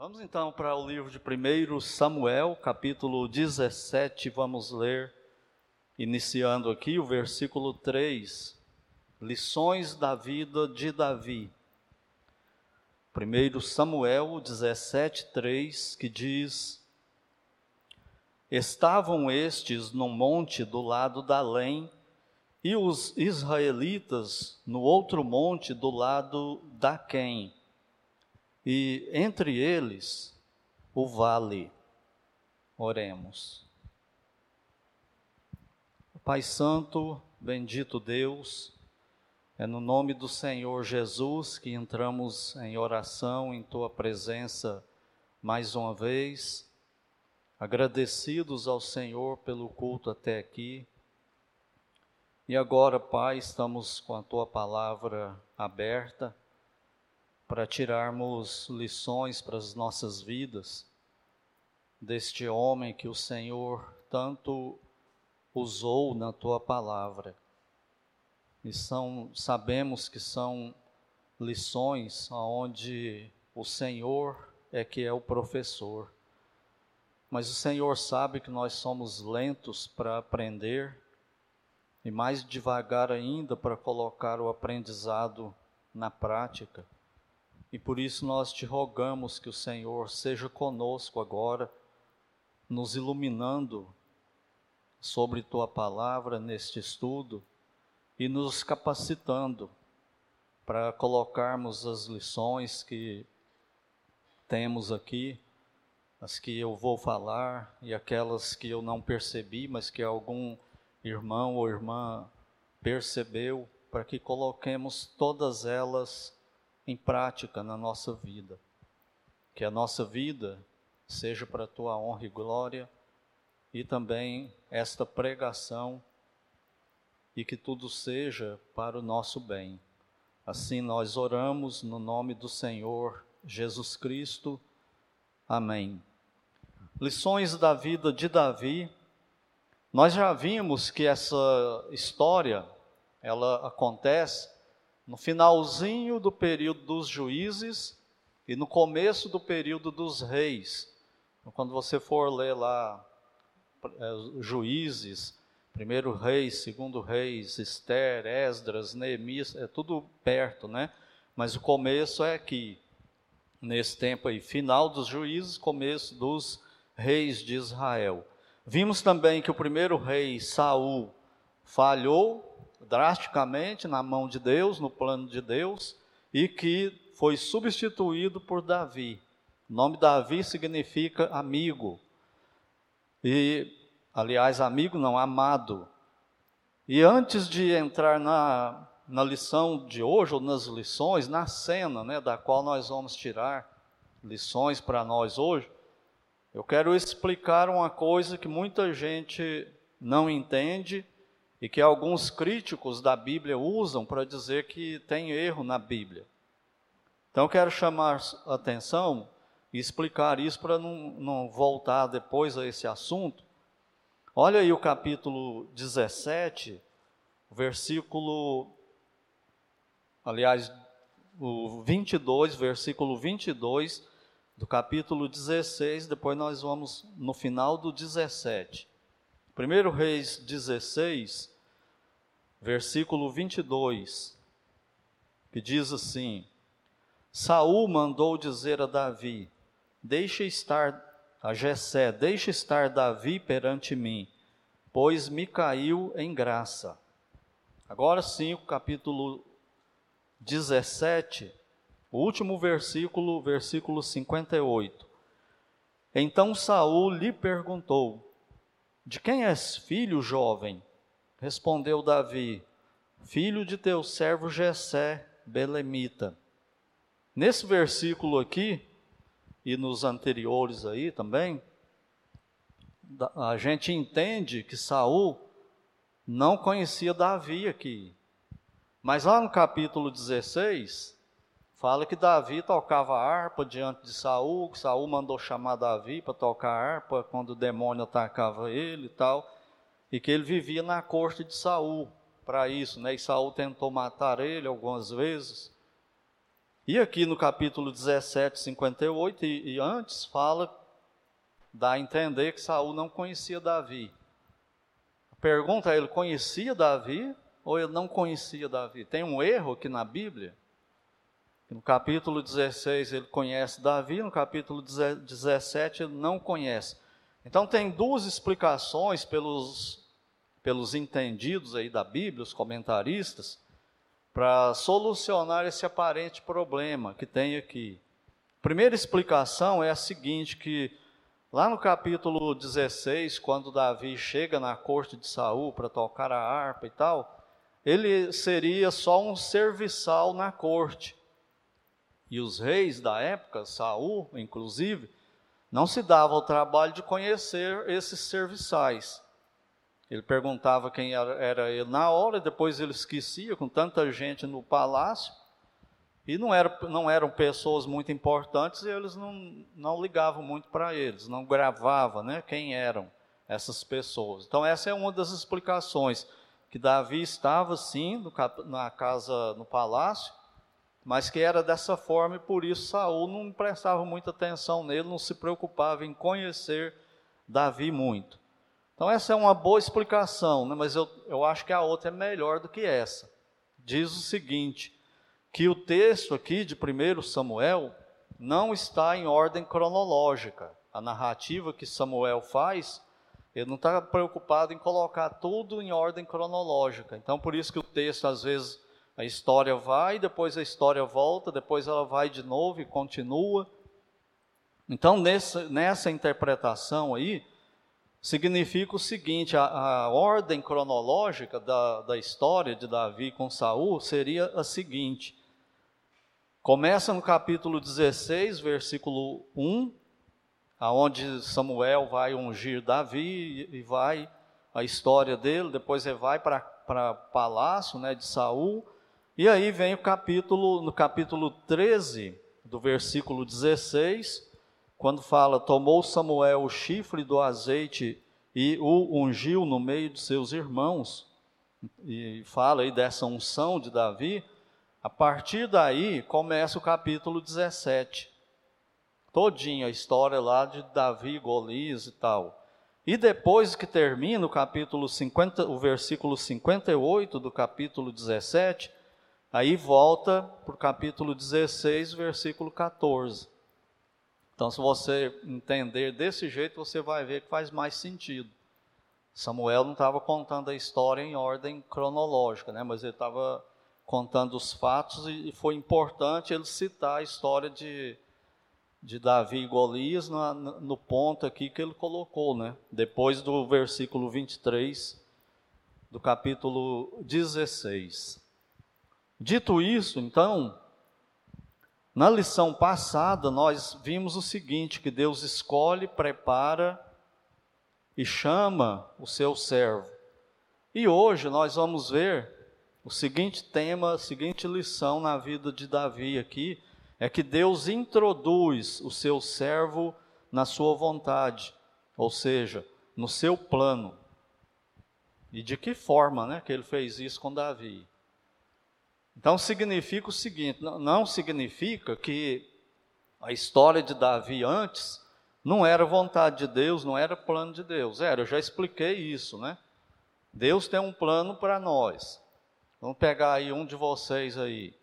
Vamos então para o livro de 1 Samuel, capítulo 17, vamos ler, iniciando aqui o versículo 3, lições da vida de Davi. 1 Samuel 17, 3, que diz: Estavam estes no monte do lado da Além, e os israelitas no outro monte do lado da Quém, e entre eles o vale. Oremos. Pai Santo, bendito Deus, é no nome do Senhor Jesus que entramos em oração em Tua presença mais uma vez, agradecidos ao Senhor pelo culto até aqui. E agora, Pai, estamos com a Tua palavra aberta para tirarmos lições para as nossas vidas deste homem que o Senhor tanto usou na Tua palavra. E sabemos que são lições onde o Senhor é que é o professor. Mas o Senhor sabe que nós somos lentos para aprender e mais devagar ainda para colocar o aprendizado na prática. E por isso nós te rogamos que o Senhor seja conosco agora, nos iluminando sobre Tua palavra neste estudo e nos capacitando para colocarmos as lições que temos aqui, as que eu vou falar e aquelas que eu não percebi, mas que algum irmão ou irmã percebeu, para que coloquemos todas elas em prática na nossa vida. Que a nossa vida seja para a Tua honra e glória, e também esta pregação, e que tudo seja para o nosso bem. Assim nós oramos no nome do Senhor Jesus Cristo. Amém. Lições da vida de Davi. Nós já vimos que essa história, ela acontece no finalzinho do período dos juízes e no começo do período dos reis. Então, quando você for ler lá Juízes, 1 Reis, 2 Reis, Esther, Esdras, Neemias, é tudo perto, né? Mas o começo é aqui, nesse tempo aí, final dos juízes, começo dos reis de Israel. Vimos também que o primeiro rei, Saul, falhou drasticamente na mão de Deus, no plano de Deus, e que foi substituído por Davi. O nome Davi significa amigo. E, aliás, amigo não, amado. E antes de entrar na lição de hoje, ou nas lições, na cena, né, da qual nós vamos tirar lições para nós hoje, eu quero explicar uma coisa que muita gente não entende e que alguns críticos da Bíblia usam para dizer que tem erro na Bíblia. Então eu quero chamar a atenção e explicar isso para não voltar depois a esse assunto. Olha aí o capítulo 17, o 22, versículo 22 do capítulo 16, depois nós vamos no final do 17. 1 Reis 16, versículo 22, que diz assim: Saul mandou dizer a Davi, a Jessé, deixa estar Davi perante mim, pois me caiu em graça. Agora sim, o capítulo 17, o último versículo, versículo 58. Então Saul lhe perguntou, de quem és filho, jovem? Respondeu Davi, filho de teu servo Jessé, belemita. Nesse versículo aqui, e nos anteriores aí também, a gente entende que Saul não conhecia Davi aqui. Mas lá no capítulo 16, fala que Davi tocava harpa diante de Saul, que Saul mandou chamar Davi para tocar harpa quando o demônio atacava ele e tal, e que ele vivia na corte de Saul para isso, né? E Saul tentou matar ele algumas vezes. E aqui no capítulo 17, 58 e antes, dá a entender que Saul não conhecia Davi. A pergunta é, ele conhecia Davi ou ele não conhecia Davi? Tem um erro aqui na Bíblia. No capítulo 16 ele conhece Davi, no capítulo 17 ele não conhece. Então tem duas explicações pelos entendidos aí da Bíblia, os comentaristas, para solucionar esse aparente problema que tem aqui. A primeira explicação é a seguinte, que lá no capítulo 16, quando Davi chega na corte de Saul para tocar a harpa e tal, ele seria só um serviçal na corte. E os reis da época, Saul inclusive, não se dava o trabalho de conhecer esses serviçais. Ele perguntava quem era ele na hora, depois ele esquecia, com tanta gente no palácio, e não eram pessoas muito importantes, e eles não ligavam muito para eles, não gravavam, né, quem eram essas pessoas. Então essa é uma das explicações, que Davi estava sim na casa, no palácio, mas que era dessa forma, e por isso Saul não prestava muita atenção nele, não se preocupava em conhecer Davi muito. Então essa é uma boa explicação, né? Mas eu acho que a outra é melhor do que essa. Diz o seguinte, que o texto aqui de 1 Samuel não está em ordem cronológica. A narrativa que Samuel faz, ele não está preocupado em colocar tudo em ordem cronológica. Então por isso que o texto, às vezes, a história vai, depois a história volta, depois ela vai de novo e continua. Então nessa interpretação aí, significa o seguinte, a ordem cronológica da história de Davi com Saul seria a seguinte: começa no capítulo 16, versículo 1, aonde Samuel vai ungir Davi e vai a história dele, depois ele vai para palácio, né, de Saul, e aí vem no capítulo 13, do versículo 16, quando fala, tomou Samuel o chifre do azeite e o ungiu no meio de seus irmãos, e fala aí dessa unção de Davi, a partir daí começa o capítulo 17, todinha a história lá de Davi, Golias e tal. E depois que termina o versículo 58 do capítulo 17, aí volta para o capítulo 16, versículo 14. Então, se você entender desse jeito, você vai ver que faz mais sentido. Samuel não estava contando a história em ordem cronológica, né? Mas ele estava contando os fatos e foi importante ele citar a história de Davi e Golias no ponto aqui que ele colocou, né? Depois do versículo 23 do capítulo 16. Dito isso, então, na lição passada, nós vimos o seguinte, que Deus escolhe, prepara e chama o seu servo. E hoje nós vamos ver o seguinte tema, a seguinte lição na vida de Davi aqui, é que Deus introduz o seu servo na sua vontade, ou seja, no seu plano. E de que forma, né, que ele fez isso com Davi? Então significa o seguinte, não significa que a história de Davi antes não era vontade de Deus, não era plano de Deus. Eu já expliquei isso, né? Deus tem um plano para nós. Vamos pegar aí um de vocês aí,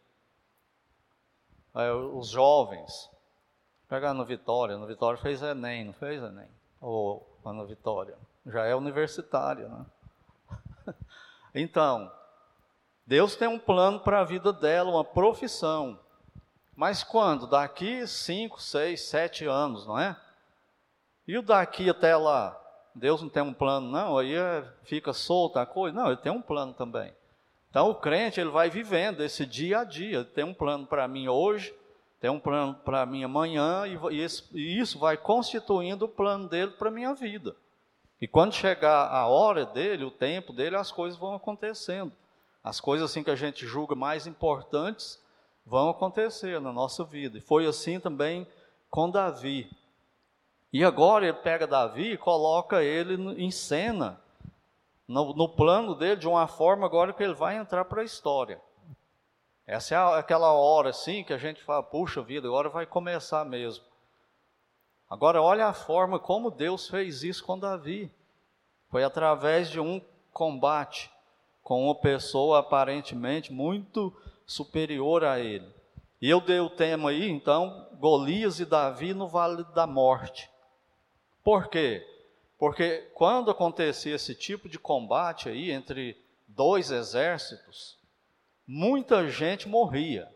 os jovens. Pegar no Vitória fez Enem, não fez Enem? Ou Ana Vitória, já é universitária, né? Então, Deus tem um plano para a vida dela, uma profissão. Mas quando? Daqui 5, 6, 7 anos, não é? E o daqui até lá? Deus não tem um plano, não? Aí fica solta a coisa? Não, Ele tem um plano também. Então o crente, ele vai vivendo esse dia a dia. Ele tem um plano para mim hoje, tem um plano para mim amanhã, e isso vai constituindo o plano dele para a minha vida. E quando chegar a hora dele, o tempo dele, as coisas vão acontecendo. As coisas assim que a gente julga mais importantes vão acontecer na nossa vida. E foi assim também com Davi. E agora ele pega Davi e coloca ele em cena, no plano dele, de uma forma agora que ele vai entrar para a história. Essa é aquela hora assim que a gente fala, puxa vida, agora vai começar mesmo. Agora olha a forma como Deus fez isso com Davi. Foi através de um combate com uma pessoa aparentemente muito superior a ele. E eu dei o tema aí, então, Golias e Davi no Vale da Morte. Por quê? Porque quando acontecia esse tipo de combate aí entre dois exércitos, muita gente morria.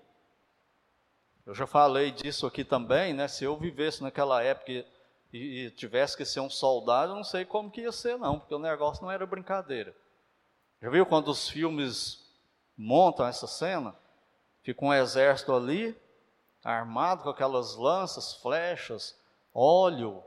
Eu já falei disso aqui também, né? Se eu vivesse naquela época e tivesse que ser um soldado, eu não sei como que ia ser não, porque o negócio não era brincadeira. Já viu quando os filmes montam essa cena? Fica um exército ali, armado com aquelas lanças, flechas, óleo,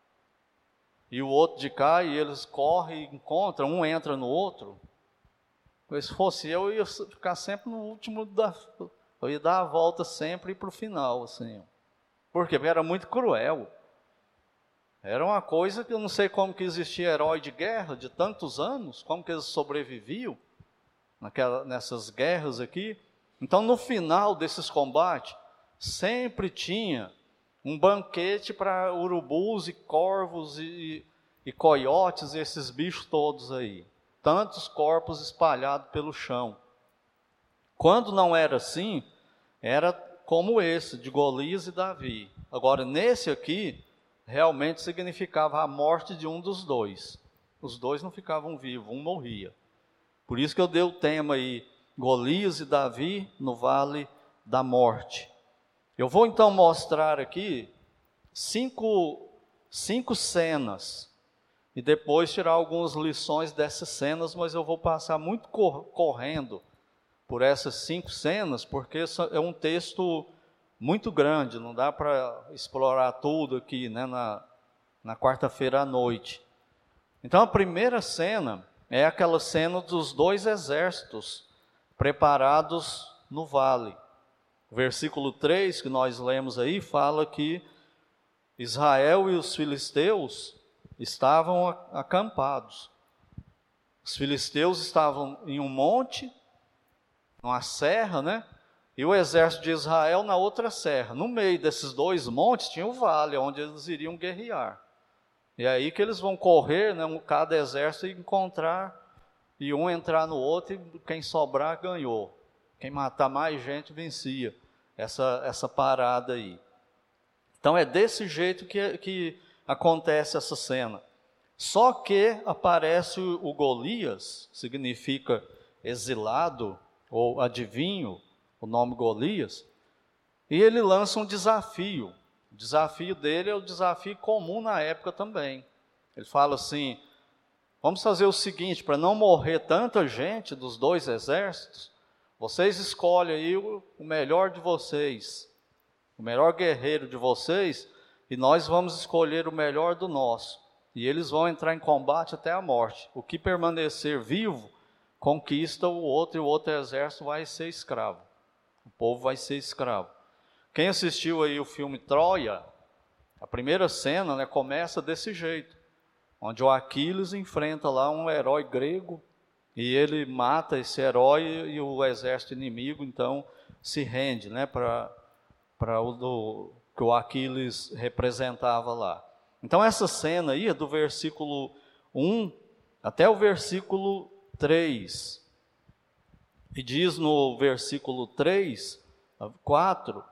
e o outro de cá, e eles correm e encontram, um entra no outro. Se fosse eu ia ficar sempre no último, eu ia dar a volta sempre para o final, assim. Por quê? Porque era muito cruel. Era uma coisa que eu não sei como que existia herói de guerra de tantos anos, como que eles sobreviviam nessas guerras aqui. Então, no final desses combates, sempre tinha um banquete para urubus e corvos e coiotes, esses bichos todos aí. Tantos corpos espalhados pelo chão. Quando não era assim, era como esse, de Golias e Davi. Agora, nesse aqui, realmente significava a morte de um dos dois. Os dois não ficavam vivos, um morria. Por isso que eu dei o tema aí, Golias e Davi no Vale da Morte. Eu vou então mostrar aqui cinco cenas e depois tirar algumas lições dessas cenas, mas eu vou passar muito correndo por essas 5 cenas, porque é um texto muito grande, não dá para explorar tudo aqui, né, na quarta-feira à noite. Então a primeira cena é aquela cena dos dois exércitos preparados no vale. O versículo 3 que nós lemos aí fala que Israel e os filisteus estavam acampados. Os filisteus estavam em um monte, numa serra, né? E o exército de Israel na outra serra. No meio desses dois montes tinha o vale, onde eles iriam guerrear. E é aí que eles vão correr, né? Cada exército encontrar, e um entrar no outro, e quem sobrar ganhou. Quem matar mais gente vencia essa parada aí. Então é desse jeito que acontece essa cena. Só que aparece o Golias, significa exilado ou adivinho, o nome Golias, e ele lança um desafio. O desafio dele é o desafio comum na época também. Ele fala assim: vamos fazer o seguinte, para não morrer tanta gente dos dois exércitos, vocês escolhem aí o melhor de vocês, o melhor guerreiro de vocês, e nós vamos escolher o melhor do nosso. E eles vão entrar em combate até a morte. O que permanecer vivo, conquista o outro, e o outro exército vai ser escravo. O povo vai ser escravo. Quem assistiu aí o filme Troia, a primeira cena, né, começa desse jeito, onde o Aquiles enfrenta lá um herói grego, e ele mata esse herói, e o exército inimigo então se rende, né, para o que o Aquiles representava lá. Então essa cena aí é do versículo 1 até o versículo 3. E diz no versículo 3, 4,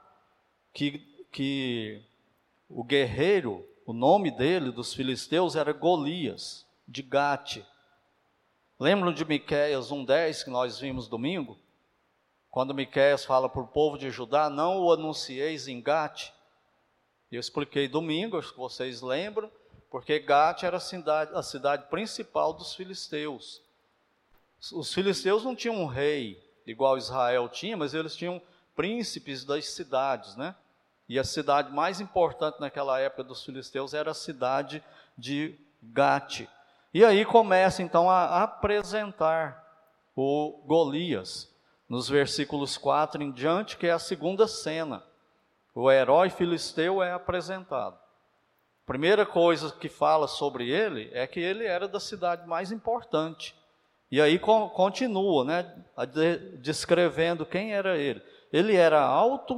que o guerreiro, o nome dele, dos filisteus, era Golias, de Gate. Lembram de Miqueias 1:10, que nós vimos domingo? Quando Miqueias fala para o povo de Judá, não o anuncieis em Gate. Eu expliquei domingo, acho que vocês lembram, porque Gate era a cidade principal dos filisteus. Os filisteus não tinham um rei, igual Israel tinha, mas eles tinham príncipes das cidades, né? E a cidade mais importante naquela época dos filisteus era a cidade de Gate. E aí começa então a apresentar o Golias, nos versículos 4 em diante, que é a segunda cena. O herói filisteu é apresentado. Primeira coisa que fala sobre ele é que ele era da cidade mais importante. E aí continua, né, descrevendo quem era ele. Ele era alto,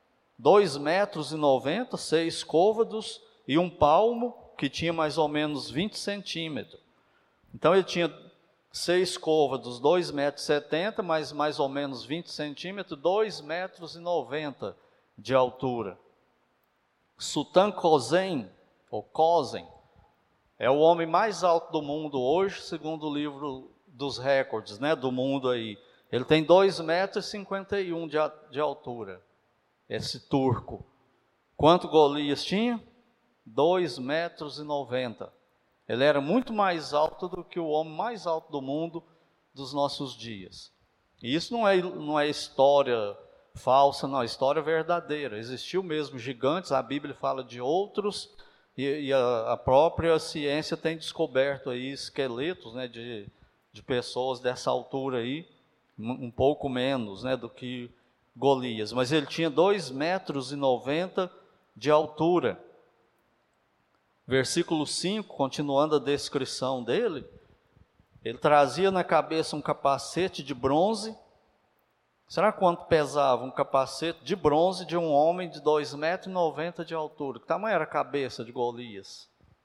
2,90 metros, 6 côvados e 1 palmo, que tinha mais ou menos 20 centímetros. Então ele tinha 6 côvados, 2,70 metros, mais ou menos 20 centímetros, 2,90 metros de altura. Sultan Kozen, ou Kozen, é o homem mais alto do mundo hoje, segundo o livro dos recordes, né, do mundo aí. Ele tem 2,51 metros de altura, esse turco. Quanto Golias tinha? 2,90 metros. Ele era muito mais alto do que o homem mais alto do mundo dos nossos dias. E isso não é história falsa, não, é história verdadeira. Existiu mesmo gigantes, a Bíblia fala de outros, e a própria ciência tem descoberto aí esqueletos, né, de pessoas dessa altura aí, um pouco menos, né, do que Golias. Mas ele tinha 2,90 metros de altura. Versículo 5, continuando a descrição dele, ele trazia na cabeça um capacete de bronze. Será quanto pesava um capacete de bronze de um homem de 2,90 metros de altura? Que tamanho era a cabeça de Golias?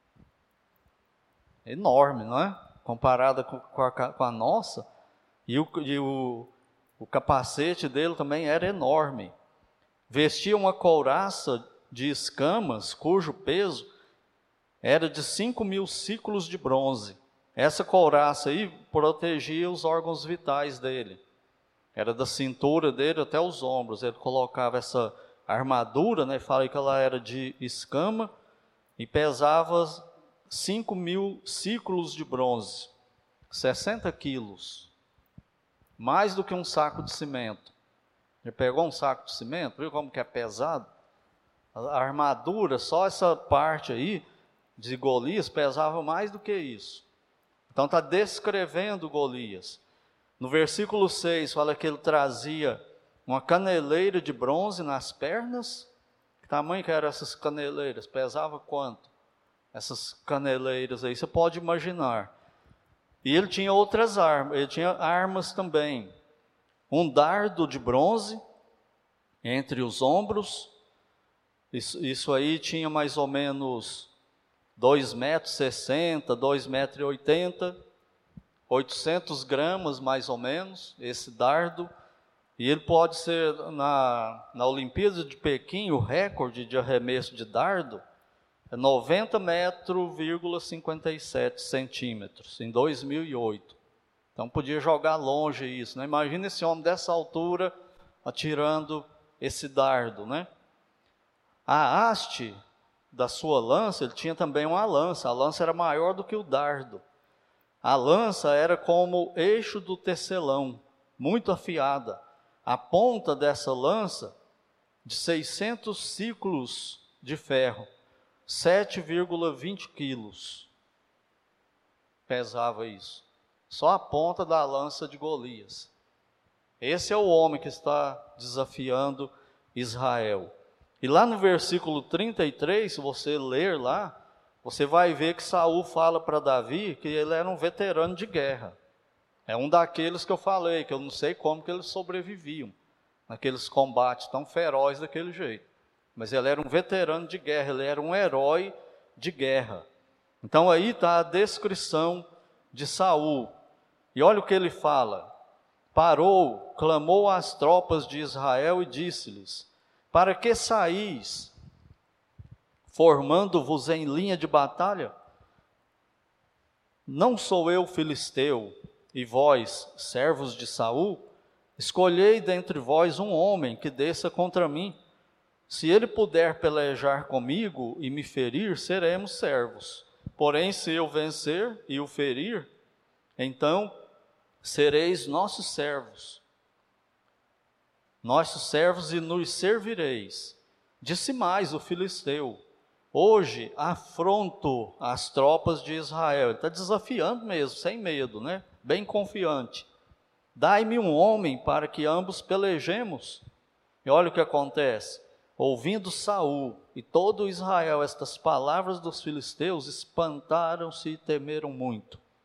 Enorme, não é? Comparada com a nossa. E o capacete dele também era enorme. Vestia uma couraça de escamas, cujo peso era de 5.000 ciclos de bronze. Essa couraça aí protegia os órgãos vitais dele. Era da cintura dele até os ombros. Ele colocava essa armadura, né? Falei que ela era de escama e pesava 5.000 ciclos de bronze, 60 quilos. Mais do que um saco de cimento. Ele pegou um saco de cimento, viu como que é pesado? A armadura, só essa parte aí, de Golias, pesava mais do que isso. Então está descrevendo Golias. No versículo 6 fala que ele trazia uma caneleira de bronze nas pernas. Que tamanho que eram essas caneleiras? Pesava quanto? Essas caneleiras aí, você pode imaginar. E ele tinha outras armas, ele tinha armas também. Um dardo de bronze entre os ombros. Isso aí tinha mais ou menos 2,60 metros, 2,80 metros, 800 gramas mais ou menos, esse dardo. E ele pode ser, na Olimpíada de Pequim, o recorde de arremesso de dardo é 90,57 centímetros, em 2008. Então podia jogar longe isso, né? Imagina esse homem dessa altura atirando esse dardo, né? A haste da sua lança, ele tinha também uma lança. A lança era maior do que o dardo. A lança era como o eixo do tecelão, muito afiada. A ponta dessa lança, de 600 ciclos de ferro, 7,20 quilos, pesava isso. Só a ponta da lança de Golias. Esse é o homem que está desafiando Israel. E lá no versículo 33, se você ler lá, você vai ver que Saul fala para Davi que ele era um veterano de guerra. É um daqueles que eu falei, que eu não sei como que eles sobreviviam, naqueles combates tão ferozes daquele jeito. Mas ele era um veterano de guerra, ele era um herói de guerra. Então aí está a descrição de Saul. E olha o que ele fala. Parou, clamou às tropas de Israel e disse-lhes: para que saís, formando-vos em linha de batalha? Não sou eu filisteu, e vós, servos de Saul? Escolhei dentre vós um homem que desça contra mim. Se ele puder pelejar comigo e me ferir, seremos servos. Porém, se eu vencer e o ferir, então sereis nossos servos. E nos servireis. Disse mais o filisteu: hoje afronto as tropas de Israel. Ele está desafiando mesmo, sem medo, né? Bem confiante. Dai-me um homem para que ambos pelejemos. E olha o que acontece. Ouvindo Saul e todo Israel estas palavras dos filisteus, espantaram-se e temeram muito.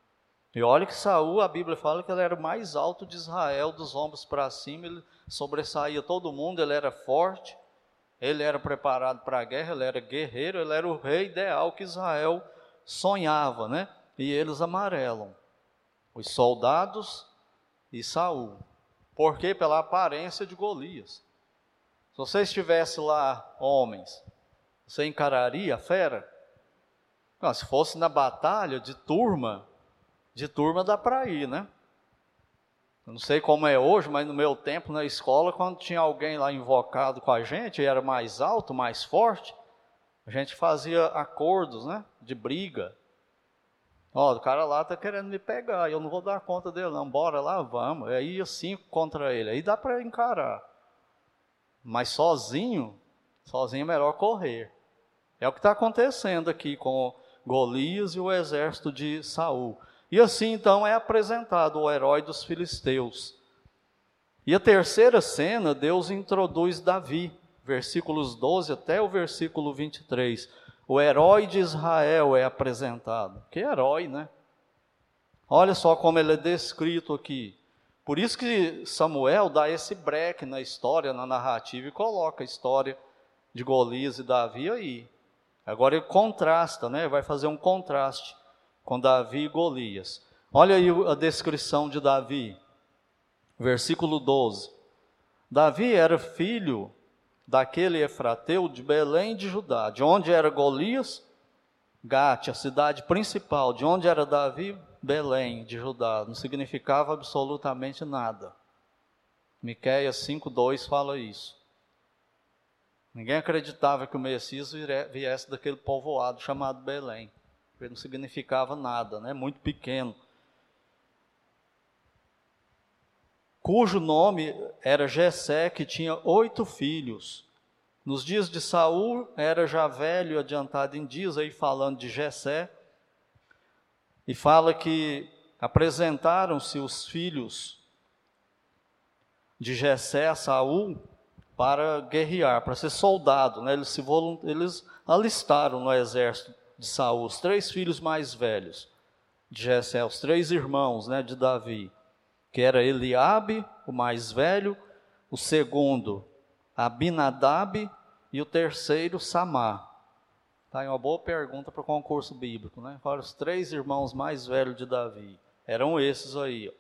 E olha que Saul, a Bíblia fala que ele era o mais alto de Israel, dos ombros para cima, ele sobressaía todo mundo, ele era forte, ele era preparado para a guerra, ele era guerreiro, ele era o rei ideal que Israel sonhava, né? E eles amarelam, os soldados e Saul. Por quê? Pela aparência de Golias. Se você estivesse lá, homens, você encararia a fera? Não, se fosse na batalha de turma dá para ir, né? Eu não sei como é hoje, mas no meu tempo na escola, quando tinha alguém lá invocado com a gente, e era mais alto, mais forte, a gente fazia acordos, né? De briga. Ó, o cara lá está querendo me pegar, eu não vou dar conta dele não, bora lá, vamos. Aí ia 5 contra ele, aí dá para encarar. Mas sozinho é melhor correr. É o que está acontecendo aqui com Golias e o exército de Saul. E assim então é apresentado o herói dos filisteus. E a terceira cena, Deus introduz Davi, versículos 12 até o versículo 23. O herói de Israel é apresentado. Que herói, né? Olha só como ele é descrito aqui. Por isso que Samuel dá esse break na história, na narrativa, e coloca a história de Golias e Davi aí. Agora ele contrasta, né? Vai fazer um contraste com Davi e Golias. Olha aí a descrição de Davi, versículo 12. Davi era filho daquele Efrateu de Belém de Judá. De onde era Golias? Gate, a cidade principal. De onde era Davi? Belém de Judá. Não significava absolutamente nada. Miqueias 5:2 fala isso. Ninguém acreditava que o Messias viesse daquele povoado chamado Belém. Ele não significava nada, né? Muito pequeno. Cujo nome era Jessé, que tinha 8 filhos. Nos dias de Saul, era já velho, adiantado em dias, aí falando de Jessé. E fala que apresentaram-se os filhos de Jessé a Saul para guerrear, para ser soldado, né? Eles alistaram no exército de Saul, os 3 filhos mais velhos de Jessé, os 3 irmãos, né, de Davi, que era Eliabe, o mais velho, o segundo Abinadab e o terceiro Samá. Tá aí uma boa pergunta para o concurso bíblico, né? Fora os 3 irmãos mais velhos de Davi, eram esses aí, ó.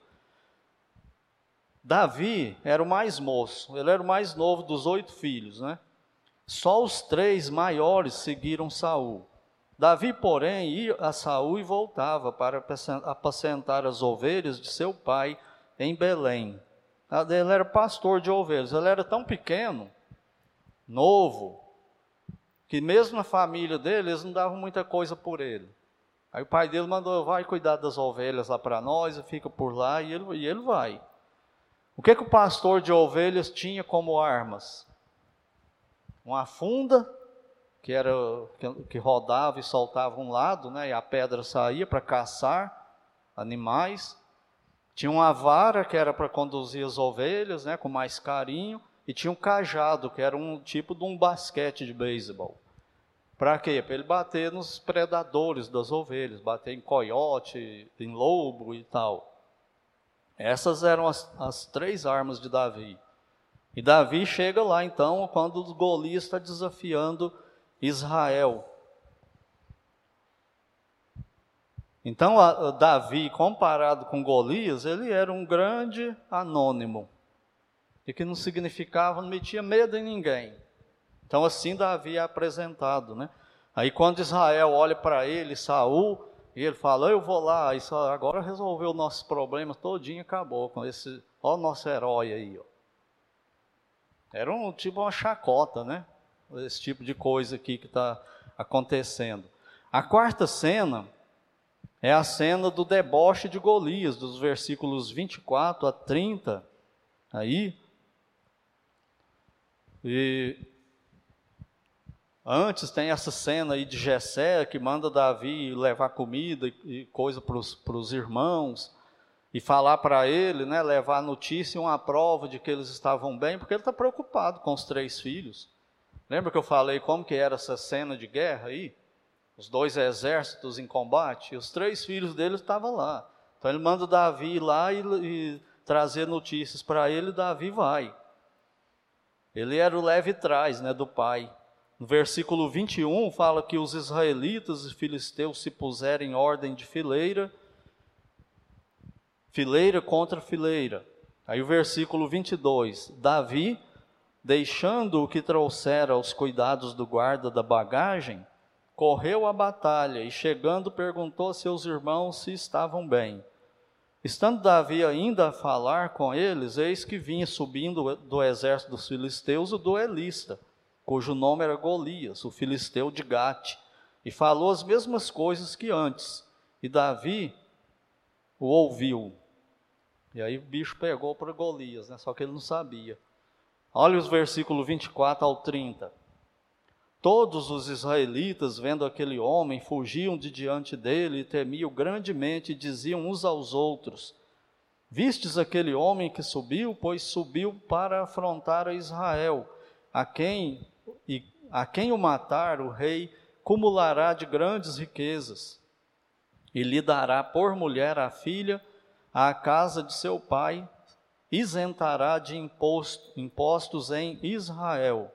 Davi era o mais moço, ele era o mais novo dos 8 filhos, né? Só os 3 maiores seguiram Saul. Davi, porém, ia a Saul e voltava para apacentar as ovelhas de seu pai em Belém. Ele era pastor de ovelhas, ele era tão pequeno, novo, que mesmo na família dele, eles não davam muita coisa por ele. Aí o pai dele mandou, vai cuidar das ovelhas lá para nós, e fica por lá, e ele vai. O que o pastor de ovelhas tinha como armas? Uma funda, que rodava e soltava um lado, né, e a pedra saía para caçar animais. Tinha uma vara, que era para conduzir as ovelhas, né, com mais carinho. E tinha um cajado, que era um tipo de um basquete de beisebol. Para quê? Para ele bater nos predadores das ovelhas, bater em coiote, em lobo e tal. Essas eram as 3 armas de Davi. E Davi chega lá então, quando Golias está desafiando Israel. Então, Davi, comparado com Golias, ele era um grande anônimo. E que não significava, não metia medo em ninguém. Então, assim Davi é apresentado, né? Aí, quando Israel olha para ele, Saul, e ele fala, eu vou lá, isso agora resolveu o nosso problema todinho, acabou com esse, ó, nosso herói aí, ó. Era uma chacota, né? Esse tipo de coisa aqui que está acontecendo. A 4ª cena é a cena do deboche de Golias, dos versículos 24 a 30, aí. E antes tem essa cena aí de Jessé, que manda Davi levar comida e coisa para os irmãos, e falar para ele, né, levar a notícia e uma prova de que eles estavam bem, porque ele está preocupado com os 3 filhos. Lembra que eu falei como que era essa cena de guerra aí? Os 2 exércitos em combate, e os 3 filhos dele estavam lá. Então ele manda Davi ir lá e trazer notícias para ele, e Davi vai. Ele era o leve trás, né, do pai. No versículo 21 fala que os israelitas e filisteus se puseram em ordem de fileira contra fileira. Aí o versículo 22, Davi, deixando o que trouxera aos cuidados do guarda da bagagem, correu à batalha e chegando perguntou a seus irmãos se estavam bem. Estando Davi ainda a falar com eles, eis que vinha subindo do exército dos filisteus o duelista, cujo nome era Golias, o filisteu de Gate, e falou as mesmas coisas que antes, e Davi o ouviu. E aí o bicho pegou para Golias, né? Só que ele não sabia. Olha os versículos 24 ao 30. Todos os israelitas, vendo aquele homem, fugiam de diante dele e temiam grandemente e diziam uns aos outros: vistes aquele homem que subiu? Pois subiu para afrontar a Israel, a quem o matar, o rei cumulará de grandes riquezas, e lhe dará por mulher a filha à casa de seu pai, isentará de impostos em Israel.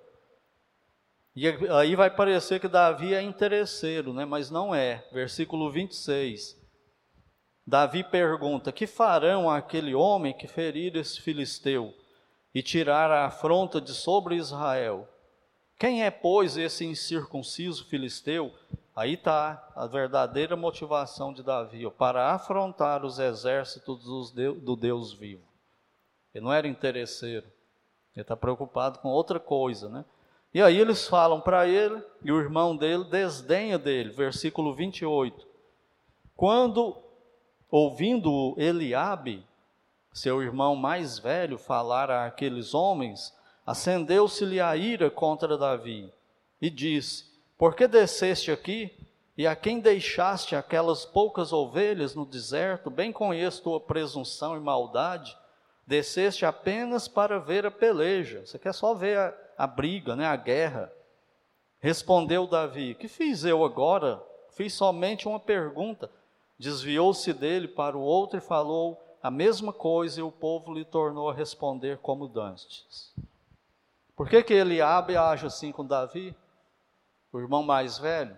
E aí vai parecer que Davi é interesseiro, né? Mas não é. Versículo 26. Davi pergunta: que farão aquele homem que ferir esse filisteu e tirar a afronta de sobre Israel? Quem é, pois, esse incircunciso filisteu? Aí está a verdadeira motivação de Davi, para afrontar os exércitos do Deus vivo. Ele não era interesseiro, ele está preocupado com outra coisa, né? E aí eles falam para ele, e o irmão dele desdenha dele, versículo 28. Quando, ouvindo Eliabe, seu irmão mais velho, falar àqueles homens, acendeu-se-lhe a ira contra Davi, e disse: por que desceste aqui, e a quem deixaste aquelas poucas ovelhas no deserto? Bem conheço tua presunção e maldade, desceste apenas para ver a peleja, você quer só ver a briga, né, a guerra. Respondeu Davi: que fiz eu agora? Fiz somente uma pergunta. Desviou-se dele para o outro e falou a mesma coisa, e o povo lhe tornou a responder como dantes. Por que Eliabe age assim com Davi, o irmão mais velho?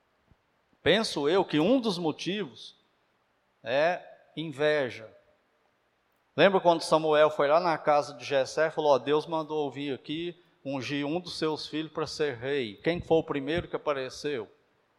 Penso eu que um dos motivos é inveja. Lembra quando Samuel foi lá na casa de Jessé e falou: Deus mandou ouvir aqui, ungir um dos seus filhos para ser rei. Quem foi o primeiro que apareceu?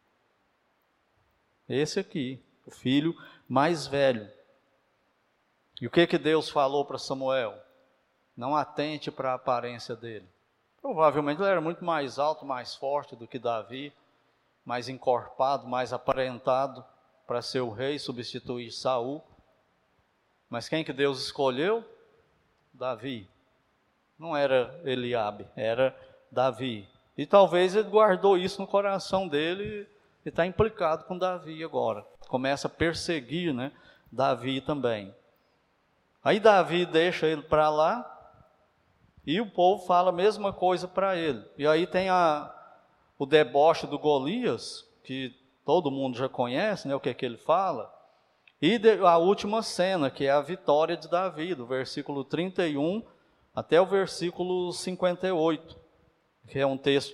Esse aqui, o filho mais velho. E o que Deus falou para Samuel? Não atente para a aparência dele. Provavelmente ele era muito mais alto, mais forte do que Davi, mais encorpado, mais aparentado para ser o rei, substituir Saul. Mas quem que Deus escolheu? Davi. Não era Eliabe, era Davi. E talvez ele guardou isso no coração dele e está implicado com Davi agora. Começa a perseguir, né, Davi também. Aí Davi deixa ele para lá e o povo fala a mesma coisa para ele. E aí tem o deboche do Golias, que todo mundo já conhece, né, o que ele fala. E a última cena, que é a vitória de Davi, do versículo 31 até o versículo 58, que é um texto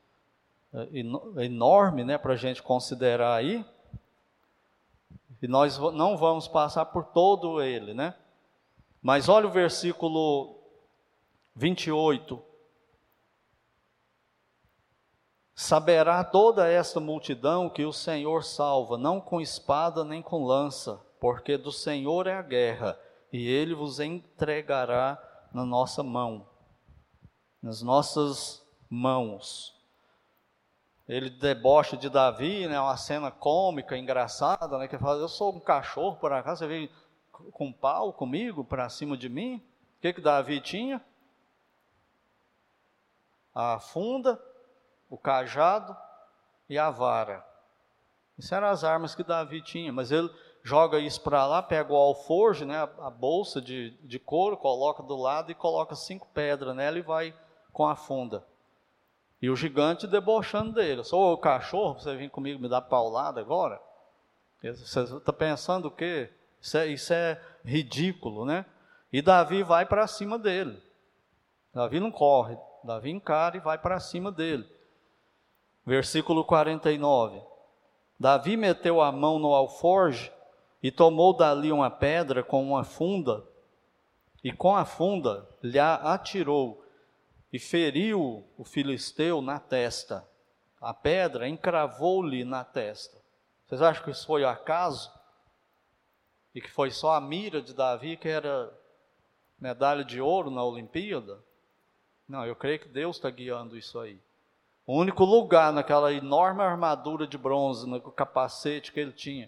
enorme, né, para a gente considerar aí. E nós não vamos passar por todo ele, né? Mas olha o versículo 28. Saberá toda esta multidão que o Senhor salva, não com espada nem com lança, porque do Senhor é a guerra, e Ele vos entregará na nossa mão, nas nossas mãos. Ele debocha de Davi, né, uma cena cômica, engraçada, né, que ele fala: eu sou um cachorro, por acaso você veio com pau comigo para cima de mim? O que Davi tinha? A funda, o cajado e a vara. Isso eram as armas que Davi tinha, mas ele joga isso para lá, pega o alforje, né, a bolsa de couro, coloca do lado e coloca 5 pedras nela e vai com a funda. E o gigante debochando dele: eu sou o cachorro, você vem comigo me dar paulada agora? Você está pensando o quê? Isso é ridículo, né? E Davi vai para cima dele. Davi não corre, Davi encara e vai para cima dele. Versículo 49. Davi meteu a mão no alforje e tomou dali uma pedra com uma funda, e com a funda lhe atirou e feriu o filisteu na testa. A pedra encravou-lhe na testa. Vocês acham que isso foi acaso? E que foi só a mira de Davi que era medalha de ouro na Olimpíada? Não, eu creio que Deus está guiando isso aí. O único lugar naquela enorme armadura de bronze, no capacete que ele tinha,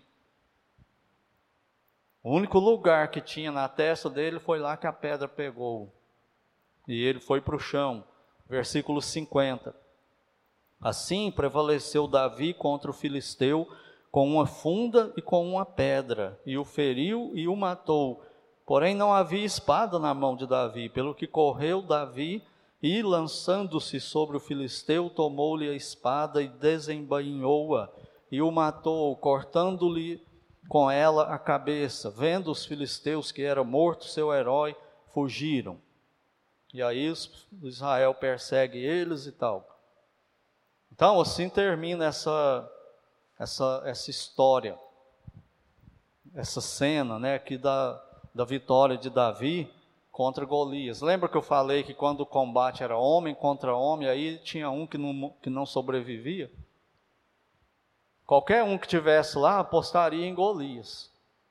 o único lugar que tinha na testa dele foi lá que a pedra pegou. E ele foi para o chão. Versículo 50. Assim prevaleceu Davi contra o filisteu com uma funda e com uma pedra, e o feriu e o matou. Porém não havia espada na mão de Davi, pelo que correu Davi e, lançando-se sobre o filisteu, tomou-lhe a espada e desembainhou-a, e o matou, cortando-lhe com ela a cabeça. Vendo os filisteus que era morto seu herói, fugiram. E aí Israel persegue eles e tal. Então assim termina essa história, essa cena, né, aqui da vitória de Davi contra Golias. Lembra que eu falei que quando o combate era homem contra homem, aí tinha um que não sobrevivia? Qualquer um que estivesse lá apostaria em Golias,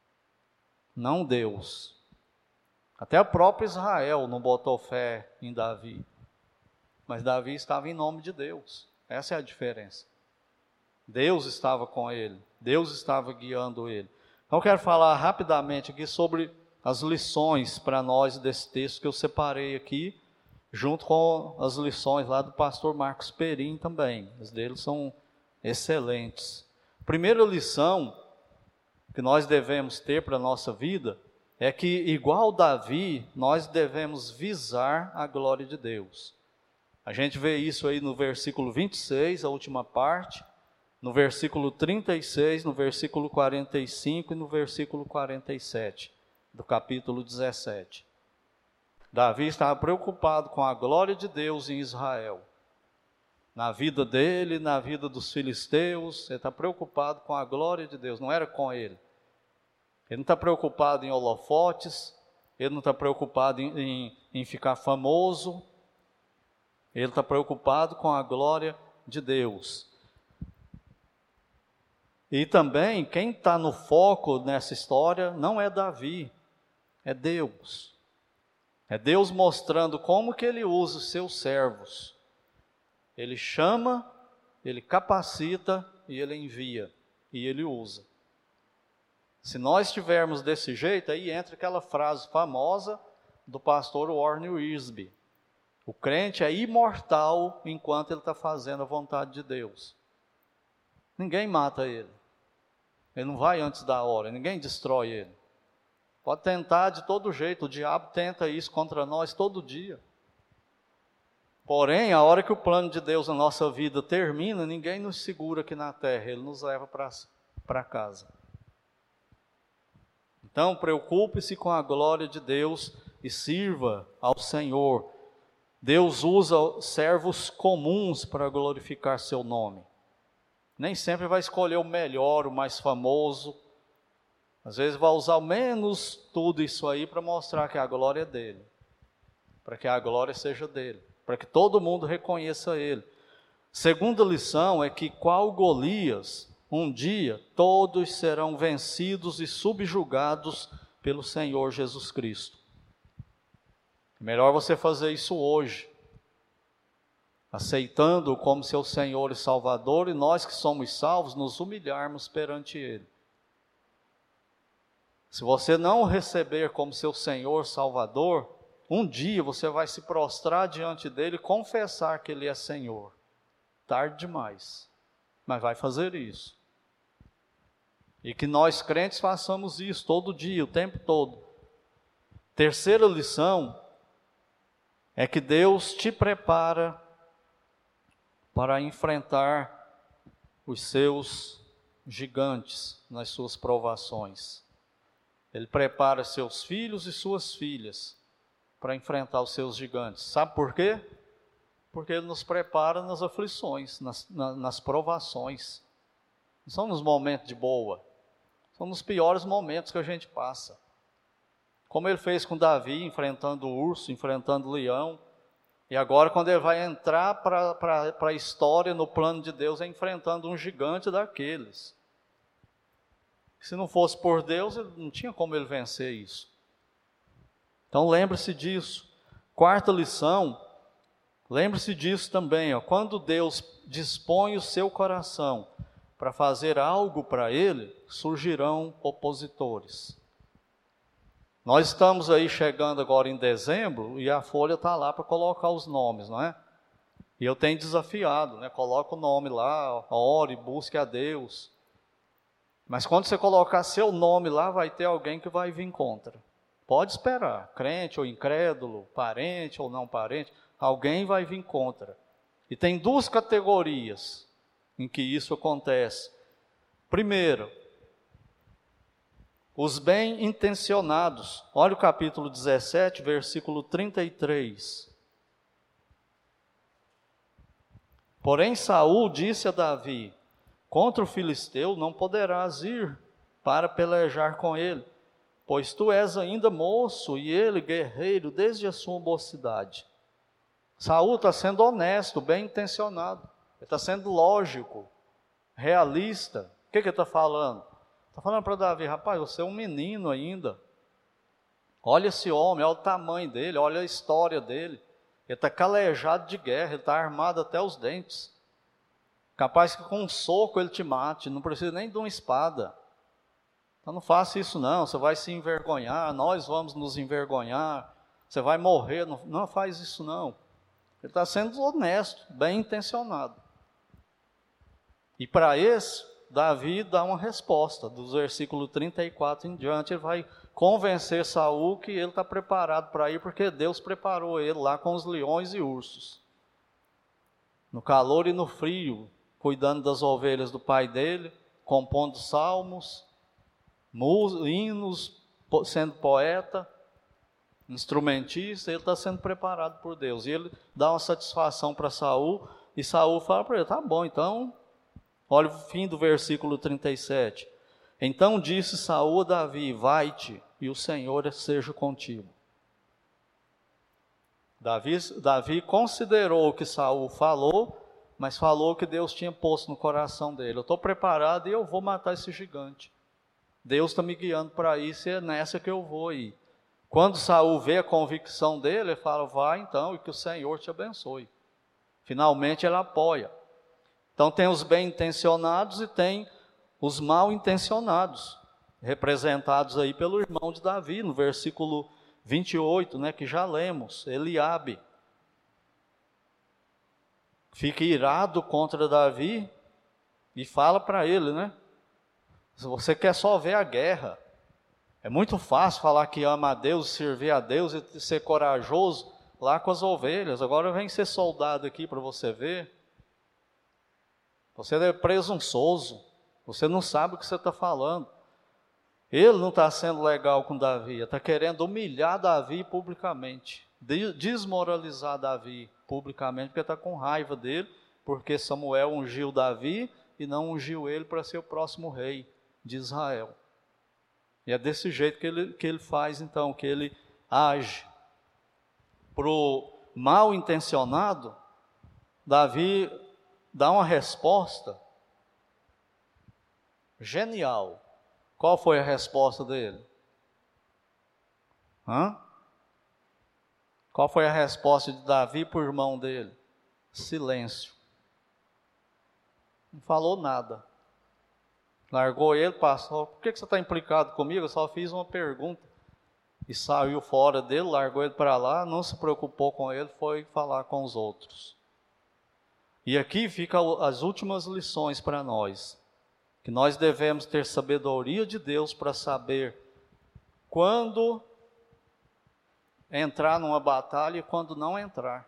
não Deus. Até o próprio Israel não botou fé em Davi, mas Davi estava em nome de Deus. Essa é a diferença. Deus estava com ele, Deus estava guiando ele. Então eu quero falar rapidamente aqui sobre as lições para nós desse texto que eu separei aqui, junto com as lições lá do pastor Marcos Perim também. As deles são excelentes. A primeira lição que nós devemos ter para a nossa vida é que, igual Davi, nós devemos visar a glória de Deus. A gente vê isso aí no versículo 26, a última parte, no versículo 36, no versículo 45 e no versículo 47 do capítulo 17. Davi estava preocupado com a glória de Deus em Israel. Na vida dele, na vida dos filisteus, ele está preocupado com a glória de Deus, não era com ele. Ele não está preocupado em holofotes, ele não está preocupado em ficar famoso, ele está preocupado com a glória de Deus. E também, quem está no foco nessa história não é Davi, é Deus. É Deus mostrando como que ele usa os seus servos. Ele chama, ele capacita e ele envia. E ele usa. Se nós estivermos desse jeito, aí entra aquela frase famosa do pastor Warren Wiersbe. O crente é imortal enquanto ele está fazendo a vontade de Deus. Ninguém mata ele. Ele não vai antes da hora, ninguém destrói ele. Pode tentar de todo jeito, o diabo tenta isso contra nós todo dia. Porém, a hora que o plano de Deus na nossa vida termina, ninguém nos segura aqui na terra, ele nos leva para casa. Então, preocupe-se com a glória de Deus e sirva ao Senhor. Deus usa servos comuns para glorificar seu nome. Nem sempre vai escolher o melhor, o mais famoso. Às vezes vai usar menos tudo isso aí para mostrar que a glória é dele. Para que a glória seja dele. Para que todo mundo reconheça ele. Segunda lição é que, qual Golias, um dia todos serão vencidos e subjugados pelo Senhor Jesus Cristo. É melhor você fazer isso hoje. Aceitando-o como seu Senhor e Salvador, e nós que somos salvos, nos humilharmos perante ele. Se você não o receber como seu Senhor, Salvador, um dia você vai se prostrar diante dele e confessar que ele é Senhor. Tarde demais, mas vai fazer isso. E que nós crentes façamos isso todo dia, o tempo todo. Terceira lição é que Deus te prepara para enfrentar os seus gigantes nas suas provações. Ele prepara seus filhos e suas filhas para enfrentar os seus gigantes. Sabe por quê? Porque Ele nos prepara nas aflições, nas provações. Não são nos momentos de boa, são nos piores momentos que a gente passa. Como Ele fez com Davi, enfrentando o urso, enfrentando o leão. E agora, quando Ele vai entrar para a história, no plano de Deus, é enfrentando um gigante daqueles. Se não fosse por Deus, não tinha como Ele vencer isso. Então lembre-se disso. Quarta lição, lembre-se disso também. Quando Deus dispõe o seu coração para fazer algo para Ele, surgirão opositores. Nós estamos aí chegando agora em dezembro e a folha está lá para colocar os nomes, não é? E eu tenho desafiado, né? Coloca o nome lá, ore, busque a Deus. Mas quando você colocar seu nome lá, vai ter alguém que vai vir contra. Pode esperar, crente ou incrédulo, parente ou não parente, alguém vai vir contra. E tem duas categorias em que isso acontece. Primeiro, os bem-intencionados. Olha o capítulo 17, versículo 33. Porém Saul disse a Davi: contra o filisteu não poderás ir para pelejar com ele, pois tu és ainda moço e ele guerreiro desde a sua mocidade. Saul está sendo honesto, bem intencionado, ele está sendo lógico, realista. O que ele está falando? Está falando para Davi: rapaz, você é um menino ainda, olha esse homem, olha o tamanho dele, olha a história dele, ele está calejado de guerra, ele está armado até os dentes, capaz que com um soco ele te mate, não precisa nem de uma espada. Então não faça isso não, você vai se envergonhar, nós vamos nos envergonhar, você vai morrer, não faz isso não. Ele está sendo honesto, bem intencionado. E para esse, Davi dá uma resposta, dos versículos 34 em diante, ele vai convencer Saul que ele está preparado para ir, porque Deus preparou ele lá com os leões e ursos. No calor e no frio, cuidando das ovelhas do pai dele, compondo salmos, hinos, sendo poeta, instrumentista, ele está sendo preparado por Deus. E ele dá uma satisfação para Saul, e Saul fala para ele: tá bom, então, olha o fim do versículo 37. Então disse Saul a Davi: vai-te, e o Senhor seja contigo. Davi considerou o que Saul falou, mas falou que Deus tinha posto no coração dele: eu estou preparado e eu vou matar esse gigante. Deus está me guiando para isso e é nessa que eu vou ir. Quando Saul vê a convicção dele, ele fala: vai então e que o Senhor te abençoe. Finalmente ele apoia. Então tem os bem-intencionados e tem os mal-intencionados, representados aí pelo irmão de Davi, no versículo 28, né, que já lemos, Eliabe. Fica irado contra Davi e fala para ele, né? Se você quer só ver a guerra, é muito fácil falar que ama a Deus, servir a Deus e ser corajoso lá com as ovelhas. Agora vem ser soldado aqui para você ver. Você é presunçoso, você não sabe o que você está falando. Ele não está sendo legal com Davi, está querendo humilhar Davi publicamente, desmoralizar Davi publicamente, porque está com raiva dele, porque Samuel ungiu Davi e não ungiu ele para ser o próximo rei de Israel. E é desse jeito que ele faz então, que ele age. Para o mal intencionado, Davi dá uma resposta genial. Qual foi a resposta dele? Qual foi a resposta de Davi para o irmão dele? Silêncio. Não falou nada. Largou ele, passou. Por que você está implicado comigo? Eu só fiz uma pergunta. E saiu fora dele, largou ele para lá, não se preocupou com ele, foi falar com os outros. E aqui ficam as últimas lições para nós. Que nós devemos ter sabedoria de Deus para saber quando entrar numa batalha e quando não entrar.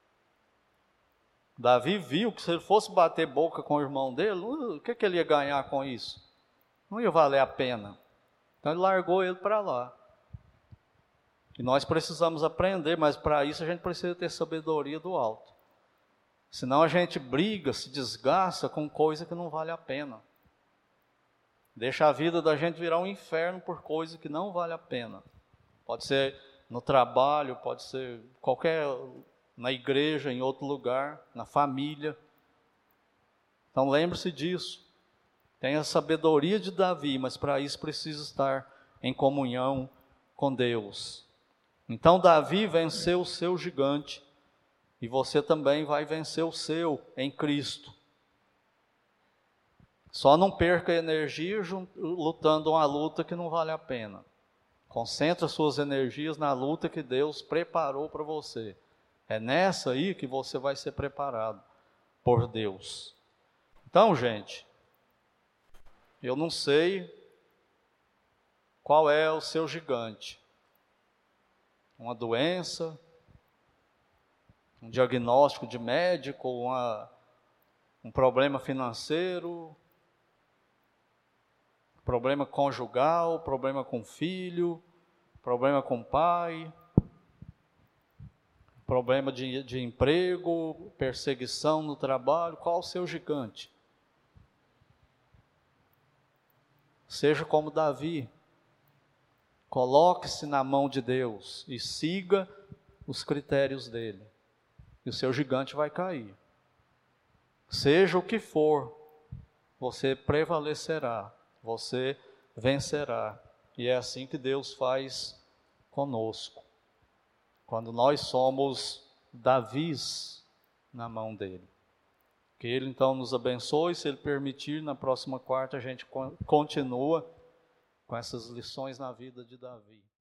Davi viu que se ele fosse bater boca com o irmão dele, o que ele ia ganhar com isso? Não ia valer a pena. Então ele largou ele para lá. E nós precisamos aprender, mas para isso a gente precisa ter sabedoria do alto. Senão a gente briga, se desgasta com coisa que não vale a pena. Deixa a vida da gente virar um inferno por coisa que não vale a pena. Pode ser no trabalho, pode ser na igreja, em outro lugar, na família. Então lembre-se disso. Tenha a sabedoria de Davi, mas para isso precisa estar em comunhão com Deus. Então Davi venceu o seu gigante, e você também vai vencer o seu em Cristo. Só não perca energia lutando uma luta que não vale a pena. Concentre suas energias na luta que Deus preparou para você. É nessa aí que você vai ser preparado por Deus. Então, gente, eu não sei qual é o seu gigante. Uma doença, um diagnóstico de médico, um problema financeiro, problema conjugal, problema com filho, problema com pai, problema de emprego, perseguição no trabalho. Qual o seu gigante? Seja como Davi. Coloque-se na mão de Deus e siga os critérios dele. E o seu gigante vai cair. Seja o que for, você prevalecerá, você vencerá. E é assim que Deus faz conosco. Quando nós somos Davis na mão dele. Que ele então nos abençoe, se ele permitir, na próxima quarta a gente continua com essas lições na vida de Davi.